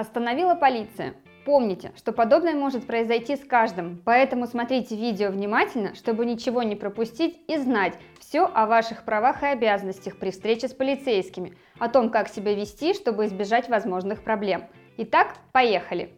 Остановила полиция. Помните, что подобное может произойти с каждым, поэтому смотрите видео внимательно, чтобы ничего не пропустить и знать все о ваших правах и обязанностях при встрече с полицейскими, о том, как себя вести, чтобы избежать возможных проблем. Итак, поехали!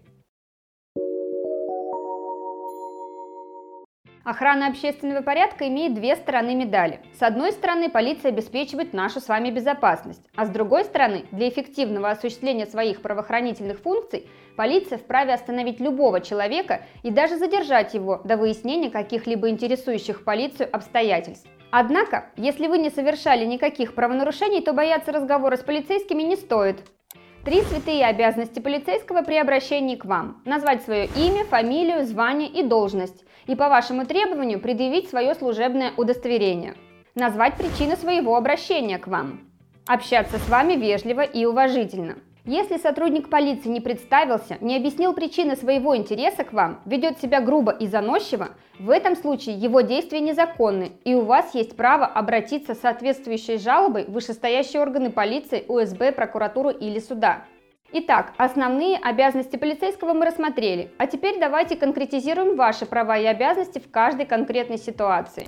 Охрана общественного порядка имеет две стороны медали. С одной стороны, полиция обеспечивает нашу с вами безопасность, а с другой стороны, для эффективного осуществления своих правоохранительных функций, полиция вправе остановить любого человека и даже задержать его до выяснения каких-либо интересующих полицию обстоятельств. Однако, если вы не совершали никаких правонарушений, то бояться разговора с полицейскими не стоит. 3 святые обязанности полицейского при обращении к вам. Назвать свое имя, фамилию, звание и должность. И по вашему требованию предъявить свое служебное удостоверение. Назвать причины своего обращения к вам. Общаться с вами вежливо и уважительно. Если сотрудник полиции не представился, не объяснил причины своего интереса к вам, ведет себя грубо и заносчиво, в этом случае его действия незаконны, и у вас есть право обратиться с соответствующей жалобой в вышестоящие органы полиции, УСБ, прокуратуру или суда. Итак, основные обязанности полицейского мы рассмотрели, а теперь давайте конкретизируем ваши права и обязанности в каждой конкретной ситуации.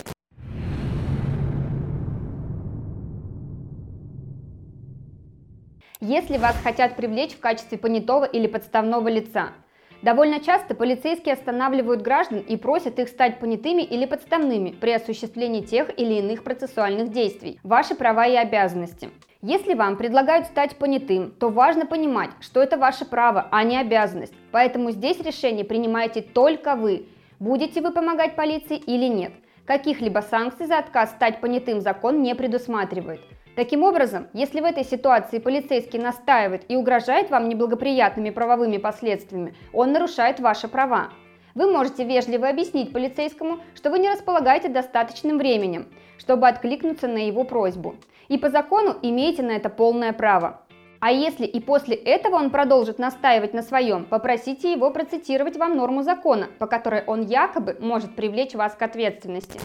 Если вас хотят привлечь в качестве понятого или подставного лица. Довольно часто полицейские останавливают граждан и просят их стать понятыми или подставными при осуществлении тех или иных процессуальных действий. Ваши права и обязанности. Если вам предлагают стать понятым, то важно понимать, что это ваше право, а не обязанность. Поэтому здесь решение принимаете только вы. Будете вы помогать полиции или нет. Каких-либо санкций за отказ стать понятым закон не предусматривает. Таким образом, если в этой ситуации полицейский настаивает и угрожает вам неблагоприятными правовыми последствиями, он нарушает ваши права. Вы можете вежливо объяснить полицейскому, что вы не располагаете достаточным временем, чтобы откликнуться на его просьбу, и по закону имеете на это полное право. А если и после этого он продолжит настаивать на своем, попросите его процитировать вам норму закона, по которой он якобы может привлечь вас к ответственности.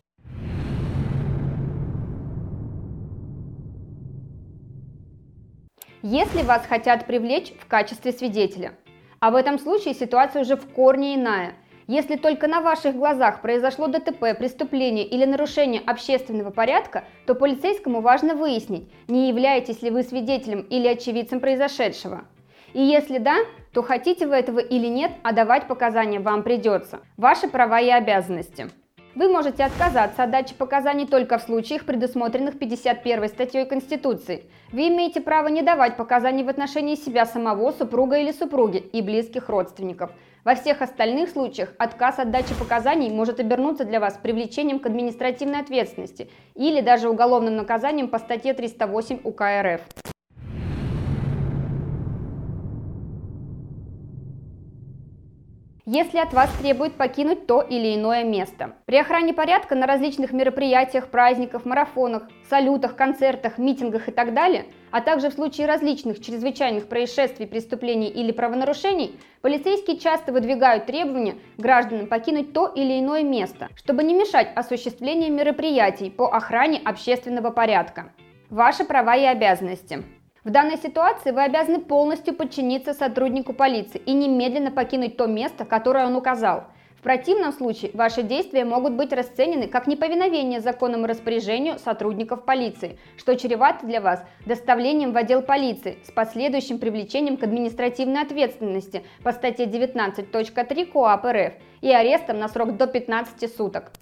Если вас хотят привлечь в качестве свидетеля. А в этом случае ситуация уже в корне иная. Если только на ваших глазах произошло ДТП, преступление или нарушение общественного порядка, то полицейскому важно выяснить, не являетесь ли вы свидетелем или очевидцем произошедшего. И если да, то хотите вы этого или нет, а давать показания вам придется. Ваши права и обязанности. Вы можете отказаться от дачи показаний только в случаях, предусмотренных 51 статьей Конституции. Вы имеете право не давать показаний в отношении себя самого, супруга или супруги и близких родственников. Во всех остальных случаях отказ от дачи показаний может обернуться для вас привлечением к административной ответственности или даже уголовным наказанием по статье 308 УК РФ. Если от вас требуют покинуть то или иное место. При охране порядка на различных мероприятиях, праздниках, марафонах, салютах, концертах, митингах и так далее, а также в случае различных чрезвычайных происшествий, преступлений или правонарушений, полицейские часто выдвигают требования гражданам покинуть то или иное место, чтобы не мешать осуществлению мероприятий по охране общественного порядка. Ваши права и обязанности. В данной ситуации вы обязаны полностью подчиниться сотруднику полиции и немедленно покинуть то место, которое он указал. В противном случае ваши действия могут быть расценены как неповиновение законному распоряжению сотрудников полиции, что чревато для вас доставлением в отдел полиции с последующим привлечением к административной ответственности по статье 19.3 КоАП РФ и арестом на срок до 15 суток.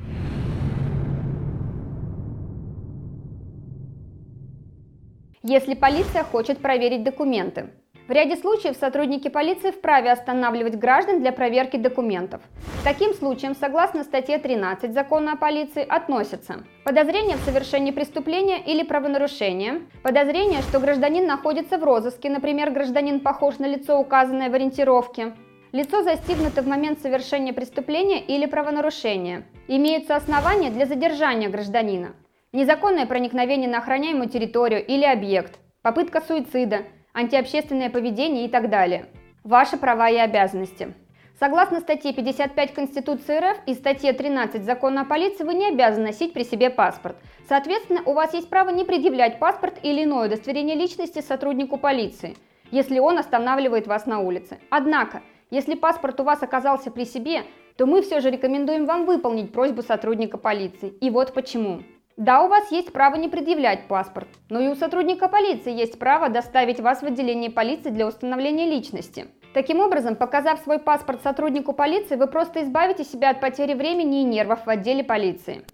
Если полиция хочет проверить документы. В ряде случаев сотрудники полиции вправе останавливать граждан для проверки документов. К таким случаям, согласно статье 13 Закона о полиции, относятся подозрение в совершении преступления или правонарушения, подозрение, что гражданин находится в розыске, например, гражданин похож на лицо, указанное в ориентировке, лицо застигнуто в момент совершения преступления или правонарушения, имеются основания для задержания гражданина, незаконное проникновение на охраняемую территорию или объект, попытка суицида, антиобщественное поведение и так далее. Ваши права и обязанности. Согласно статье 55 Конституции РФ и статье 13 Закона о полиции вы не обязаны носить при себе паспорт. Соответственно, у вас есть право не предъявлять паспорт или иное удостоверение личности сотруднику полиции. если он останавливает вас на улице. Однако, если паспорт у вас оказался при себе, то мы все же рекомендуем вам выполнить просьбу сотрудника полиции. И вот почему. Да, у вас есть право не предъявлять паспорт, но и у сотрудника полиции есть право доставить вас в отделение полиции для установления личности. Таким образом, показав свой паспорт сотруднику полиции, вы просто избавите себя от потери времени и нервов в отделе полиции.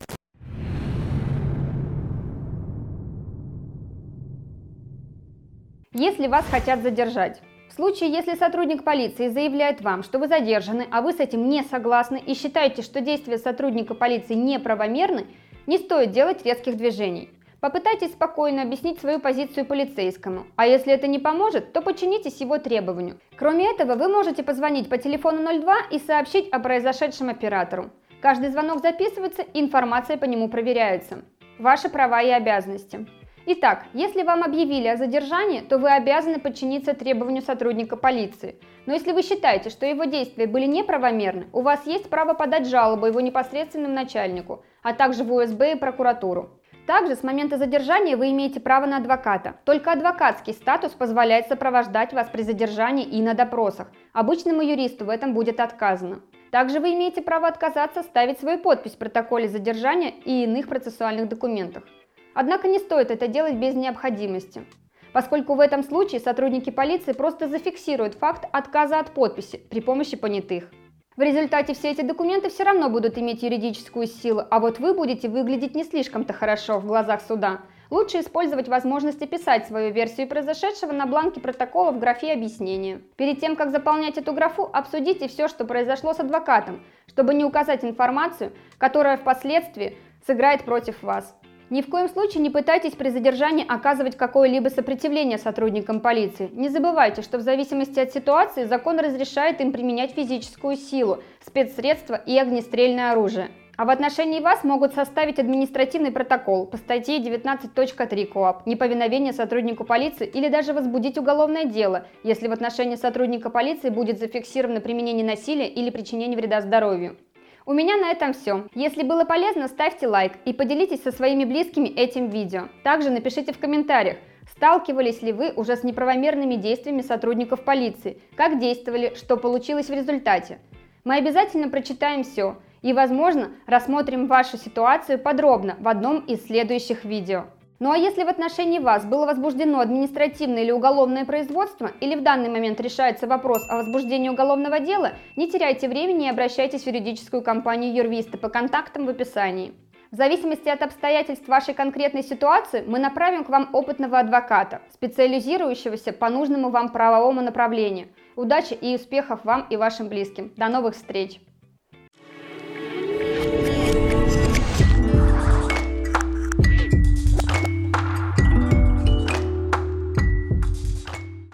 Если вас хотят задержать. В случае, если сотрудник полиции заявляет вам, что вы задержаны, а вы с этим не согласны и считаете, что действия сотрудника полиции неправомерны, не стоит делать резких движений. Попытайтесь спокойно объяснить свою позицию полицейскому, а если это не поможет, то подчинитесь его требованию. Кроме этого, вы можете позвонить по телефону 02 и сообщить о произошедшем оператору. Каждый звонок записывается, и информация по нему проверяется. Ваши права и обязанности. Итак, если вам объявили о задержании, то вы обязаны подчиниться требованию сотрудника полиции. Но если вы считаете, что его действия были неправомерны, у вас есть право подать жалобу его непосредственному начальнику, а также в УСБ и прокуратуру. Также с момента задержания вы имеете право на адвоката. Только адвокатский статус позволяет сопровождать вас при задержании и на допросах. Обычному юристу в этом будет отказано. Также вы имеете право отказаться ставить свою подпись в протоколе задержания и иных процессуальных документах. Однако не стоит это делать без необходимости, поскольку в этом случае сотрудники полиции просто зафиксируют факт отказа от подписи при помощи понятых. В результате все эти документы все равно будут иметь юридическую силу, а вот вы будете выглядеть не слишком-то хорошо в глазах суда. Лучше использовать возможность описать свою версию произошедшего на бланке протокола в графе объяснения. Перед тем, как заполнять эту графу, обсудите все, что произошло с адвокатом, чтобы не указать информацию, которая впоследствии сыграет против вас. Ни в коем случае не пытайтесь при задержании оказывать какое-либо сопротивление сотрудникам полиции. Не забывайте, что в зависимости от ситуации закон разрешает им применять физическую силу, спецсредства и огнестрельное оружие. А в отношении вас могут составить административный протокол по статье 19.3 КоАП «Неповиновение сотруднику полиции» или даже возбудить уголовное дело, если в отношении сотрудника полиции будет зафиксировано применение насилия или причинение вреда здоровью. У меня на этом все. Если было полезно, ставьте лайк и поделитесь со своими близкими этим видео. Также напишите в комментариях, сталкивались ли вы уже с неправомерными действиями сотрудников полиции, как действовали, что получилось в результате. Мы обязательно прочитаем все и, возможно, рассмотрим вашу ситуацию подробно в одном из следующих видео. Ну а если в отношении вас было возбуждено административное или уголовное производство, или в данный момент решается вопрос о возбуждении уголовного дела, не теряйте времени и обращайтесь в юридическую компанию Юрвиста по контактам в описании. В зависимости от обстоятельств вашей конкретной ситуации мы направим к вам опытного адвоката, специализирующегося по нужному вам правовому направлению. Удачи и успехов вам и вашим близким. До новых встреч!